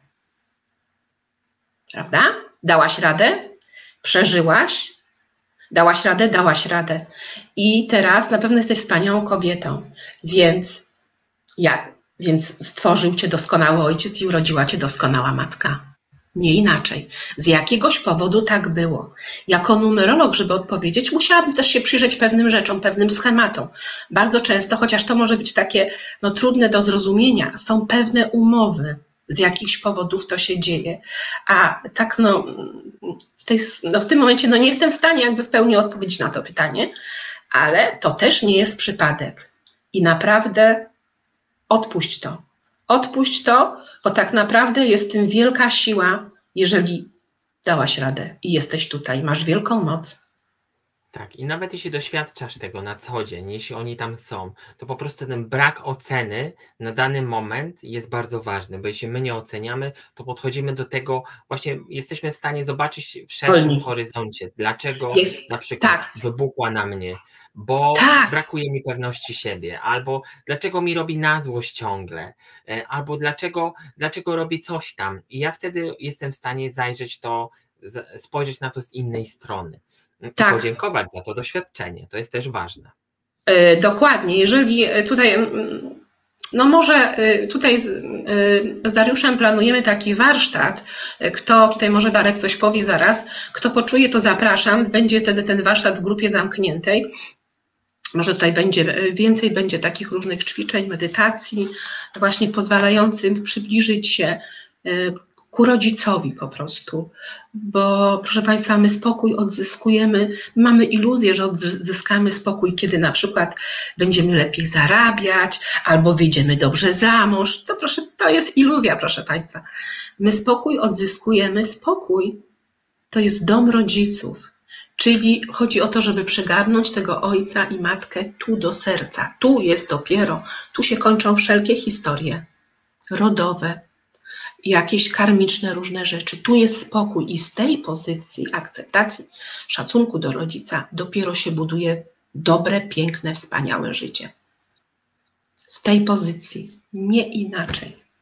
Prawda? Dałaś radę? Przeżyłaś? Dałaś radę? Dałaś radę. I teraz na pewno jesteś wspaniałą kobietą, więc ja... Więc stworzył cię doskonały ojciec i urodziła cię doskonała matka. Nie inaczej. Z jakiegoś powodu tak było. Jako numerolog, żeby odpowiedzieć, musiałabym też się przyjrzeć pewnym rzeczom, pewnym schematom. Bardzo często, chociaż to może być takie no, trudne do zrozumienia, są pewne umowy, z jakichś powodów to się dzieje. A tak no w, tej, no, w tym momencie no, nie jestem w stanie jakby w pełni odpowiedzieć na to pytanie, ale to też nie jest przypadek. I naprawdę odpuść to. Odpuść to, bo tak naprawdę jest w tym wielka siła, jeżeli dałaś radę i jesteś tutaj, masz wielką moc. Tak, i nawet jeśli doświadczasz tego na co dzień, jeśli oni tam są, to po prostu ten brak oceny na dany moment jest bardzo ważny, bo jeśli my nie oceniamy, to podchodzimy do tego, właśnie jesteśmy w stanie zobaczyć w szerszym Wolni. horyzoncie, dlaczego jest, na przykład tak. wybuchła na mnie, bo tak. brakuje mi pewności siebie, albo dlaczego mi robi na złość ciągle, albo dlaczego, dlaczego robi coś tam. I ja wtedy jestem w stanie zajrzeć to, spojrzeć na to z innej strony. I tak. podziękować za to doświadczenie. To jest też ważne. Dokładnie. Jeżeli tutaj, no może tutaj z, z Dariuszem planujemy taki warsztat, kto, tutaj może Darek coś powie zaraz, kto poczuje, to zapraszam. Będzie wtedy ten warsztat w grupie zamkniętej. Może tutaj będzie więcej, będzie takich różnych ćwiczeń, medytacji, właśnie pozwalających przybliżyć się ku rodzicowi po prostu, bo proszę Państwa, my spokój odzyskujemy, mamy iluzję, że odzyskamy spokój, kiedy na przykład będziemy lepiej zarabiać, albo wyjdziemy dobrze za mąż, to proszę, to jest iluzja, proszę Państwa. My spokój odzyskujemy, spokój to jest dom rodziców, czyli chodzi o to, żeby przygarnąć tego ojca i matkę tu do serca, tu jest dopiero, tu się kończą wszelkie historie rodowe, jakieś karmiczne różne rzeczy. Tu jest spokój i z tej pozycji akceptacji, szacunku do rodzica dopiero się buduje dobre, piękne, wspaniałe życie. Z tej pozycji, nie inaczej.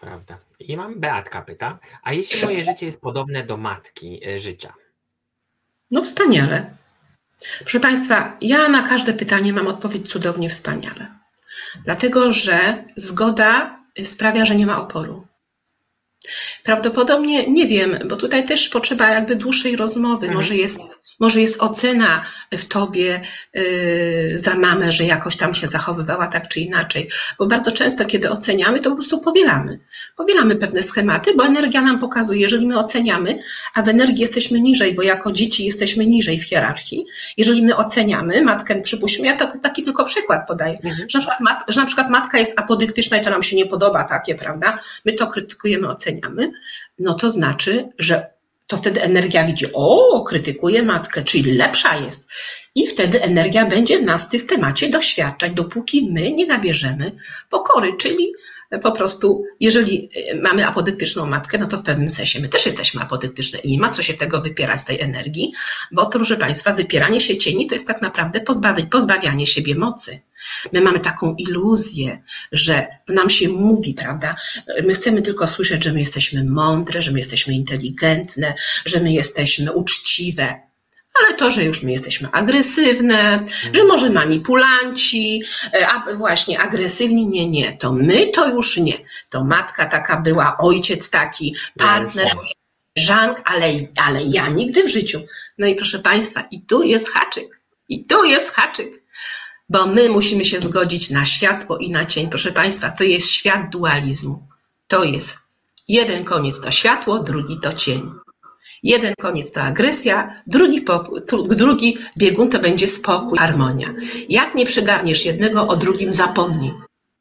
prawda. I mam Beatka pyta, a jeśli moje życie jest podobne do matki e, życia? No wspaniale. Proszę Państwa, ja na każde pytanie mam odpowiedź cudownie wspaniale. Dlatego, że zgoda sprawia, że nie ma oporu. Prawdopodobnie, nie wiem, bo tutaj też potrzeba jakby dłuższej rozmowy. Mhm. Może jest, może jest ocena w tobie yy, za mamę, że jakoś tam się zachowywała tak czy inaczej. Bo bardzo często, kiedy oceniamy, to po prostu powielamy. Powielamy pewne schematy, bo energia nam pokazuje, jeżeli my oceniamy, a w energii jesteśmy niżej, bo jako dzieci jesteśmy niżej w hierarchii. Jeżeli my oceniamy matkę, przypuśćmy, ja to, taki tylko przykład podaję, Mhm. że, na przykład mat, że na przykład matka jest apodyktyczna i to nam się nie podoba takie, prawda? My to krytykujemy, oceniamy. No to znaczy, że to wtedy energia widzi, o, krytykuje matkę, czyli lepsza jest. I wtedy energia będzie nas w tych temacie doświadczać, dopóki my nie nabierzemy pokory, czyli po prostu, jeżeli mamy apodyktyczną matkę, no to w pewnym sensie my też jesteśmy apodyktyczne i nie ma co się tego wypierać, tej energii, bo to, proszę Państwa, wypieranie się cieni to jest tak naprawdę pozbawienie, pozbawianie siebie mocy. My mamy taką iluzję, że nam się mówi, prawda, my chcemy tylko słyszeć, że my jesteśmy mądre, że my jesteśmy inteligentne, że my jesteśmy uczciwe. Ale to, że już my jesteśmy agresywne, hmm. że może manipulanci, a właśnie agresywni, nie, nie, to my to już nie. To matka taka była, ojciec taki, partner, żank, ale, ale ja nigdy w życiu. No i proszę Państwa, i tu jest haczyk, i tu jest haczyk, bo my musimy się zgodzić na światło i na cień. Proszę Państwa, to jest świat dualizmu. To jest jeden koniec to światło, drugi to cień. Jeden koniec to agresja, drugi, drugi biegun to będzie spokój, harmonia. Jak nie przygarniesz jednego, o drugim zapomnij.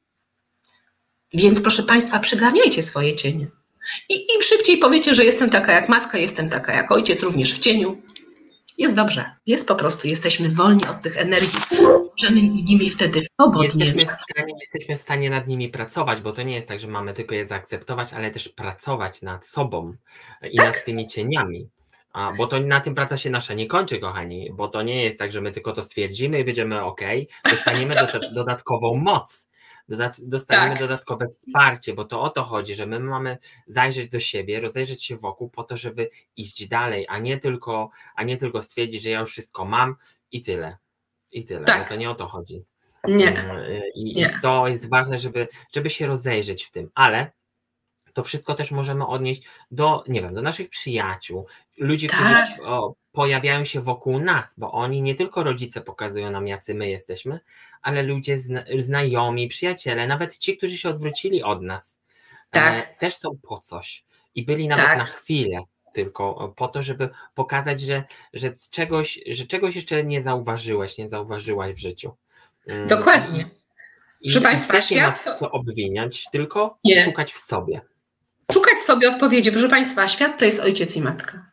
Więc proszę Państwa, przygarniajcie swoje cienie. I im szybciej powiecie, że jestem taka jak matka, jestem taka jak ojciec, również w cieniu. Jest dobrze. Jest po prostu, jesteśmy wolni od tych energii. Możemy nimi wtedy swobodnie jesteśmy w, stanie, jesteśmy w stanie nad nimi pracować, bo to nie jest tak, że mamy tylko je zaakceptować, ale też pracować nad sobą i tak? nad tymi cieniami. A, bo to na tym praca się nasza nie kończy, kochani, bo to nie jest tak, że my tylko to stwierdzimy i będziemy ok, dostaniemy do, dodatkową moc, dostaniemy tak. dodatkowe wsparcie, bo to o to chodzi, że my mamy zajrzeć do siebie, rozejrzeć się wokół po to, żeby iść dalej, a nie tylko, a nie tylko stwierdzić, że ja już wszystko mam i tyle. I tyle, tak. bo to nie o to chodzi. Nie. I, nie. i to jest ważne, żeby, żeby się rozejrzeć w tym, ale to wszystko też możemy odnieść do, nie wiem, do naszych przyjaciół, ludzi, tak. którzy o, pojawiają się wokół nas, bo oni nie tylko rodzice pokazują nam, jacy my jesteśmy, ale ludzie, zna, znajomi, przyjaciele, nawet ci, którzy się odwrócili od nas, tak. e, też są po coś i byli nawet tak. na chwilę tylko po to, żeby pokazać, że, że, czegoś, że czegoś jeszcze nie zauważyłeś, nie zauważyłaś w życiu. Dokładnie. I, Proszę i Państwa, też nie ma co obwiniać, tylko nie. szukać w sobie. Szukać sobie odpowiedzi. Proszę Państwa, świat to jest ojciec i matka.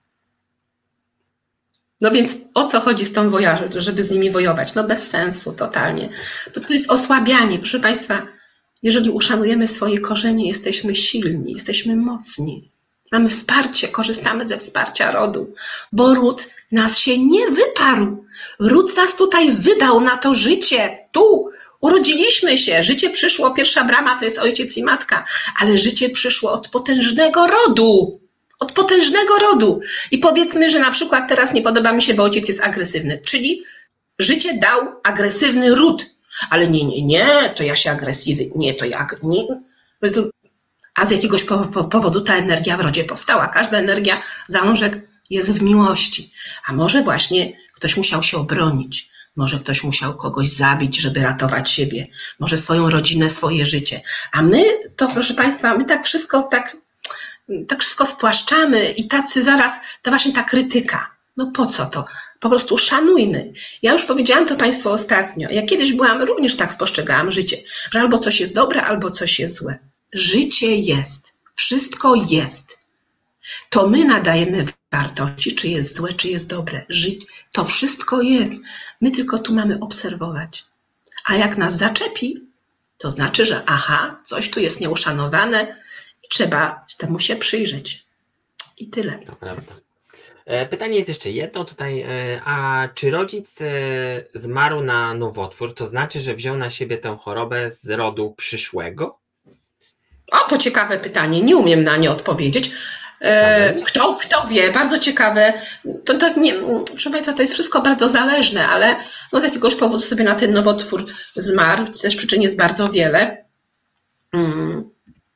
No więc o co chodzi z tą wojażą, żeby z nimi wojować? No bez sensu, totalnie. To, to jest osłabianie. Proszę Państwa, jeżeli uszanujemy swoje korzenie, jesteśmy silni, jesteśmy mocni. Mamy wsparcie, korzystamy ze wsparcia rodu, bo ród nas się nie wyparł. Ród nas tutaj wydał na to życie, tu. Urodziliśmy się, życie przyszło, pierwsza brama to jest ojciec i matka, ale życie przyszło od potężnego rodu, od potężnego rodu. I powiedzmy, że na przykład teraz nie podoba mi się, bo ojciec jest agresywny, czyli życie dał agresywny ród, ale nie, nie, nie, to ja się agresywny, nie, to ja, nie. A z jakiegoś powodu ta energia w rodzie powstała. Każda energia, zalążek jest w miłości, a może właśnie ktoś musiał się obronić. Może ktoś musiał kogoś zabić, żeby ratować siebie, może swoją rodzinę, swoje życie. A my to, proszę Państwa, my tak wszystko tak, tak wszystko spłaszczamy i tacy zaraz, to właśnie ta krytyka. No po co to? Po prostu szanujmy. Ja już powiedziałam to Państwu ostatnio. Ja kiedyś byłam, również tak spostrzegałam życie, że albo coś jest dobre, albo coś jest złe. Życie jest. Wszystko jest. To my nadajemy wartości, czy jest złe, czy jest dobre. Żyć, to wszystko jest. My tylko tu mamy obserwować. A jak nas zaczepi, to znaczy, że aha, coś tu jest nieuszanowane i trzeba temu się przyjrzeć. I tyle. To prawda. Pytanie jest jeszcze jedno tutaj. A czy rodzic zmarł na nowotwór, to znaczy, że wziął na siebie tę chorobę z rodu przyszłego? O, to ciekawe pytanie, nie umiem na nie odpowiedzieć. Kto, kto wie, bardzo ciekawe. To, to nie, proszę Państwa, to jest wszystko bardzo zależne, ale no z jakiegoś powodu sobie na ten nowotwór zmarł. Też przyczyn jest bardzo wiele. Hmm.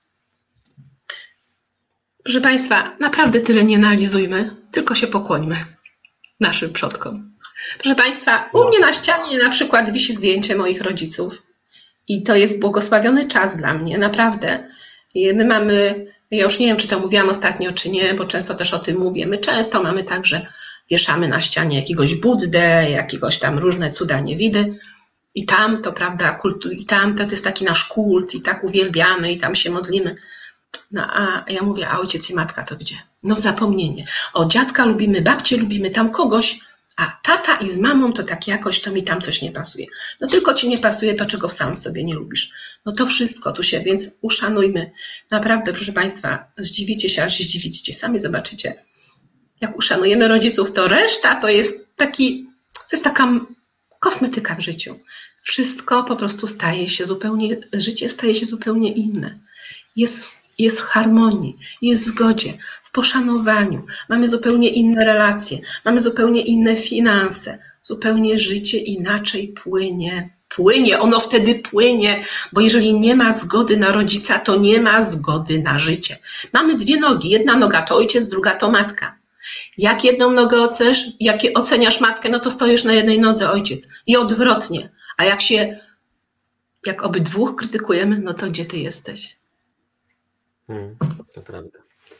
Proszę Państwa, naprawdę tyle nie analizujmy, tylko się pokłońmy naszym przodkom. Proszę Państwa, u mnie na ścianie na przykład wisi zdjęcie moich rodziców i to jest błogosławiony czas dla mnie, naprawdę. My mamy, ja już nie wiem, czy to mówiłam ostatnio, czy nie, bo często też o tym mówię, my często mamy tak, że wieszamy na ścianie jakiegoś Buddę, jakiegoś tam różne cuda niewidy i tam to, prawda, kultu, i tam to jest taki nasz kult i tak uwielbiamy i tam się modlimy. No a ja mówię, a ojciec i matka to gdzie? No w zapomnienie. O, dziadka lubimy, babcię lubimy, tam kogoś, a tata i z mamą to tak jakoś, to mi tam coś nie pasuje. No tylko ci nie pasuje to, czego sam sobie nie lubisz. No to wszystko tu się, więc uszanujmy. Naprawdę, proszę Państwa, zdziwicie się, aż się zdziwicie. Sami zobaczycie, jak uszanujemy rodziców, to reszta to jest taki, to jest taka kosmetyka w życiu. Wszystko po prostu staje się zupełnie, życie staje się zupełnie inne. Jest jest w harmonii, jest w zgodzie, w poszanowaniu. Mamy zupełnie inne relacje, mamy zupełnie inne finanse, zupełnie życie inaczej płynie. Płynie, ono wtedy płynie, bo jeżeli nie ma zgody na rodzica, to nie ma zgody na życie. Mamy dwie nogi, jedna noga to ojciec, druga to matka. Jak jedną nogę oceniasz, jak oceniasz matkę, no to stoisz na jednej nodze ojciec i odwrotnie. A jak się, jak obydwóch krytykujemy, no to gdzie ty jesteś? Hmm, to prawda.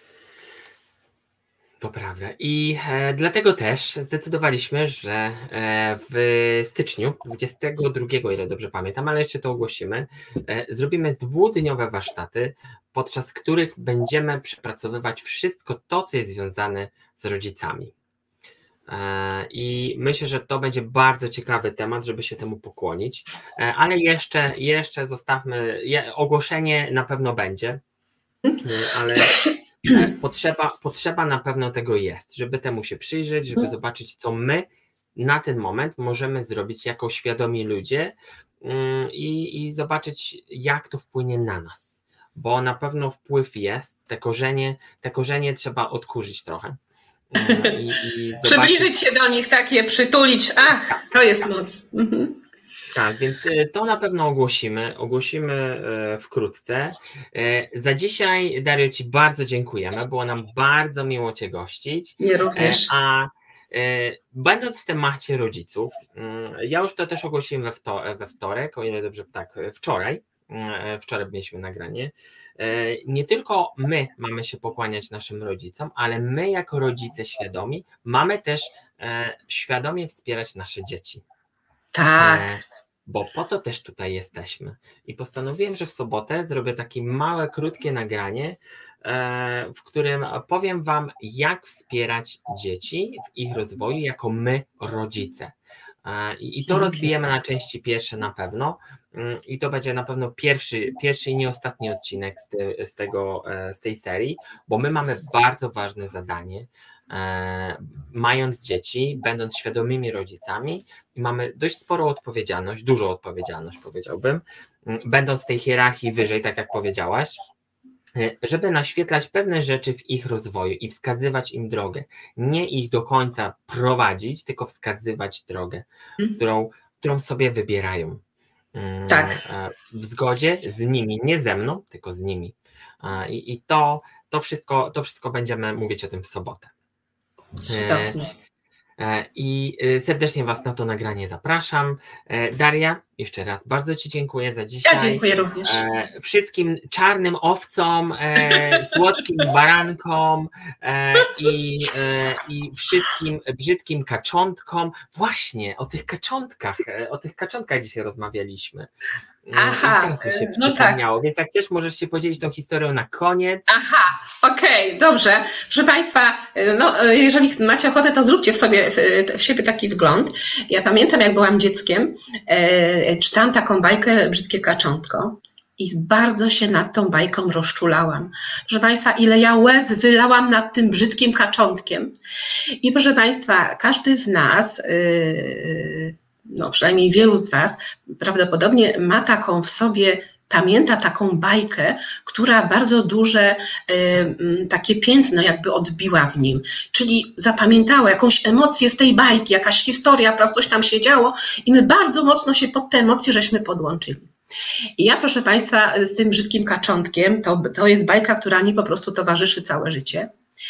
To prawda. I e, dlatego też zdecydowaliśmy, że e, w styczniu dwudziestego drugiego, ile dobrze pamiętam, ale jeszcze to ogłosimy, e, zrobimy dwudniowe warsztaty, podczas których będziemy przepracowywać wszystko to, co jest związane z rodzicami. E, I myślę, że to będzie bardzo ciekawy temat, żeby się temu pokłonić, e, ale jeszcze, jeszcze zostawmy, je, ogłoszenie na pewno będzie. Ale potrzeba, potrzeba na pewno tego jest, żeby temu się przyjrzeć, żeby zobaczyć, co my na ten moment możemy zrobić jako świadomi ludzie i, i zobaczyć, jak to wpłynie na nas, bo na pewno wpływ jest, te korzenie, te korzenie trzeba odkurzyć trochę. I, i Przybliżyć się do nich, takie przytulić, ach, to jest moc. Mhm. Tak, więc to na pewno ogłosimy, ogłosimy wkrótce. Za dzisiaj, Dario, Ci bardzo dziękujemy, było nam bardzo miło Cię gościć. Nie również. A będąc w temacie rodziców, ja już to też ogłosiłem we, wto, we wtorek, o ile dobrze, tak, wczoraj, wczoraj mieliśmy nagranie. Nie tylko my mamy się pokłaniać naszym rodzicom, ale my jako rodzice świadomi mamy też świadomie wspierać nasze dzieci. Tak. Bo po to też tutaj jesteśmy. I postanowiłem, że w sobotę zrobię takie małe, krótkie nagranie, w którym powiem Wam, jak wspierać dzieci w ich rozwoju jako my, rodzice. I to rozbijemy na części pierwsze na pewno. I to będzie na pewno pierwszy, pierwszy i nie ostatni odcinek z, te, z, tego, z tej serii, bo my mamy bardzo ważne zadanie, mając dzieci, będąc świadomymi rodzicami i mamy dość sporą odpowiedzialność, dużą odpowiedzialność powiedziałbym, będąc w tej hierarchii wyżej, tak jak powiedziałaś, żeby naświetlać pewne rzeczy w ich rozwoju i wskazywać im drogę. Nie ich do końca prowadzić, tylko wskazywać drogę, hmm. którą, którą sobie wybierają. Tak. W zgodzie z nimi, nie ze mną, tylko z nimi. I, i to, to, wszystko, to wszystko będziemy mówić o tym w sobotę. Cudownie. I serdecznie Was na to nagranie zapraszam. Daria, jeszcze raz bardzo Ci dziękuję za dzisiaj. Ja dziękuję również. Wszystkim czarnym owcom, słodkim barankom i, i wszystkim brzydkim kaczątkom. Właśnie o tych kaczątkach, o tych kaczątkach dzisiaj rozmawialiśmy. Aha, I teraz mi się przypomniało, no tak. Więc jak też możesz się podzielić tą historią na koniec. Aha, okej, okay, dobrze. Proszę Państwa, no, jeżeli macie ochotę, to zróbcie w sobie w, w siebie taki wgląd. Ja pamiętam, jak byłam dzieckiem, e, czytałam taką bajkę Brzydkie kaczątko i bardzo się nad tą bajką rozczulałam. Proszę Państwa, ile ja łez wylałam nad tym brzydkim kaczątkiem. I proszę Państwa, każdy z nas, yy, no przynajmniej wielu z Was, prawdopodobnie ma taką w sobie pamięta taką bajkę, która bardzo duże takie piętno jakby odbiła w nim, czyli zapamiętała jakąś emocję z tej bajki, jakaś historia, po prostu coś tam się działo i my bardzo mocno się pod te emocje żeśmy podłączyli. I ja, proszę Państwa, z tym brzydkim kaczątkiem, to, to jest bajka, która mi po prostu towarzyszy całe życie.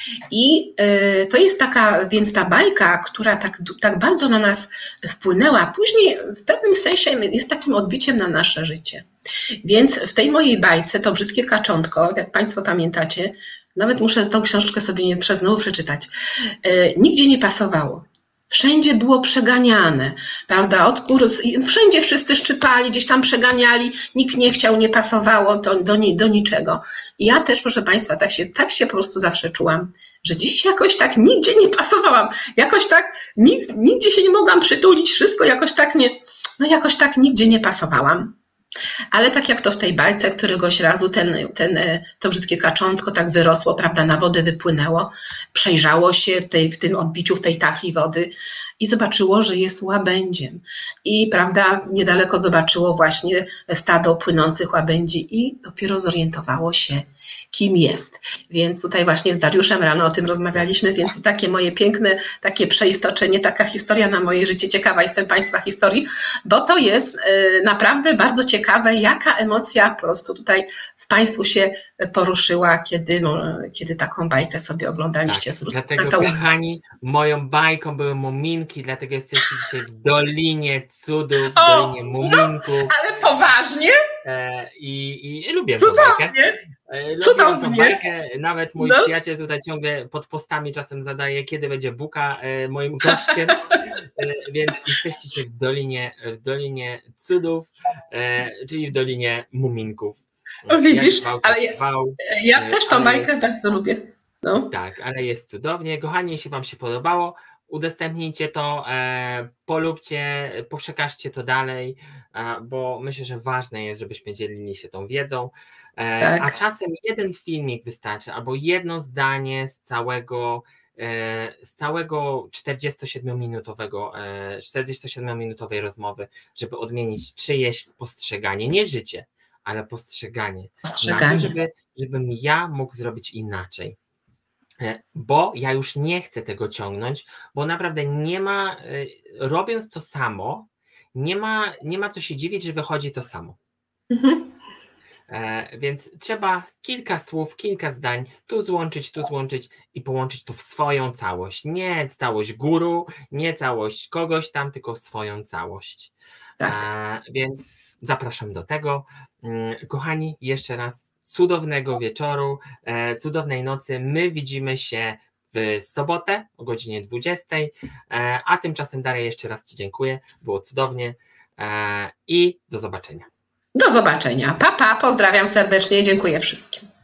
I y, to jest taka, więc ta bajka, która tak, tak bardzo na nas wpłynęła, później w pewnym sensie jest takim odbiciem na nasze życie. Więc w tej mojej bajce to brzydkie kaczątko, jak Państwo pamiętacie, nawet muszę tą książeczkę sobie nie znowu przeczytać, y, nigdzie nie pasowało. Wszędzie było przeganiane, prawda, od kurs, wszędzie wszyscy szczypali, gdzieś tam przeganiali, nikt nie chciał, nie pasowało do, do, do niczego. I ja też, proszę Państwa, tak się, tak się po prostu zawsze czułam, że dziś jakoś tak nigdzie nie pasowałam, jakoś tak nikt, nigdzie się nie mogłam przytulić, wszystko jakoś tak nie, no jakoś tak nigdzie nie pasowałam. Ale tak jak to w tej bajce, któregoś razu ten, ten, to brzydkie kaczątko tak wyrosło, prawda, na wodę wypłynęło, przejrzało się w, tej, w tym odbiciu, w tej tafli wody i zobaczyło, że jest łabędziem. I prawda, niedaleko zobaczyło właśnie stado płynących łabędzi i dopiero zorientowało się, kim jest. Więc tutaj właśnie z Dariuszem rano o tym rozmawialiśmy, więc takie moje piękne, takie przeistoczenie, taka historia na moje życie. Ciekawa jestem Państwa historii, bo to jest naprawdę bardzo ciekawe, jaka emocja po prostu tutaj w Państwu się poruszyła, kiedy, no, kiedy taką bajkę sobie oglądaliście. Tak, dlatego, kochani, moją bajką były muminki, dlatego jesteście dzisiaj w Dolinie Cudów, w o, Dolinie Muminków. No, ale poważnie? E, i, I lubię Cudownie. tę bajkę. E, lubię tę bajkę. Nawet mój no. przyjaciel tutaj ciągle pod postami czasem zadaje, kiedy będzie Buka e, moim gościem. E, więc jesteście dzisiaj w Dolinie, w Dolinie Cudów, e, czyli w Dolinie Muminków. O, widzisz, ale ja, ja też tą bajkę jest, bardzo lubię. No. Tak, ale jest cudownie. Kochani, jeśli Wam się podobało, udostępnijcie to, e, polubcie, przekażcie to dalej, e, bo myślę, że ważne jest, żebyśmy dzielili się tą wiedzą. E, tak. A czasem jeden filmik wystarczy, albo jedno zdanie z całego, e, z całego czterdziestosiedmiominutowego, e, czterdziestosiedmiominutowej rozmowy, żeby odmienić czyjeś spostrzeganie, nie życie, ale postrzeganie, postrzeganie. Na to, żeby, żebym ja mógł zrobić inaczej. Bo ja już nie chcę tego ciągnąć, bo naprawdę nie ma, robiąc to samo, nie ma, nie ma co się dziwić, że wychodzi to samo. Mhm. E, więc trzeba kilka słów, kilka zdań tu złączyć, tu złączyć i połączyć to w swoją całość. Nie całość guru, nie całość kogoś tam, tylko swoją całość. Tak. E, więc zapraszam do tego. Kochani, jeszcze raz cudownego wieczoru, e, cudownej nocy. My widzimy się w sobotę o godzinie dwudziestej, e, a tymczasem Daria, jeszcze raz Ci dziękuję, było cudownie e, i do zobaczenia. Do zobaczenia. Pa, pa, pozdrawiam serdecznie, dziękuję wszystkim.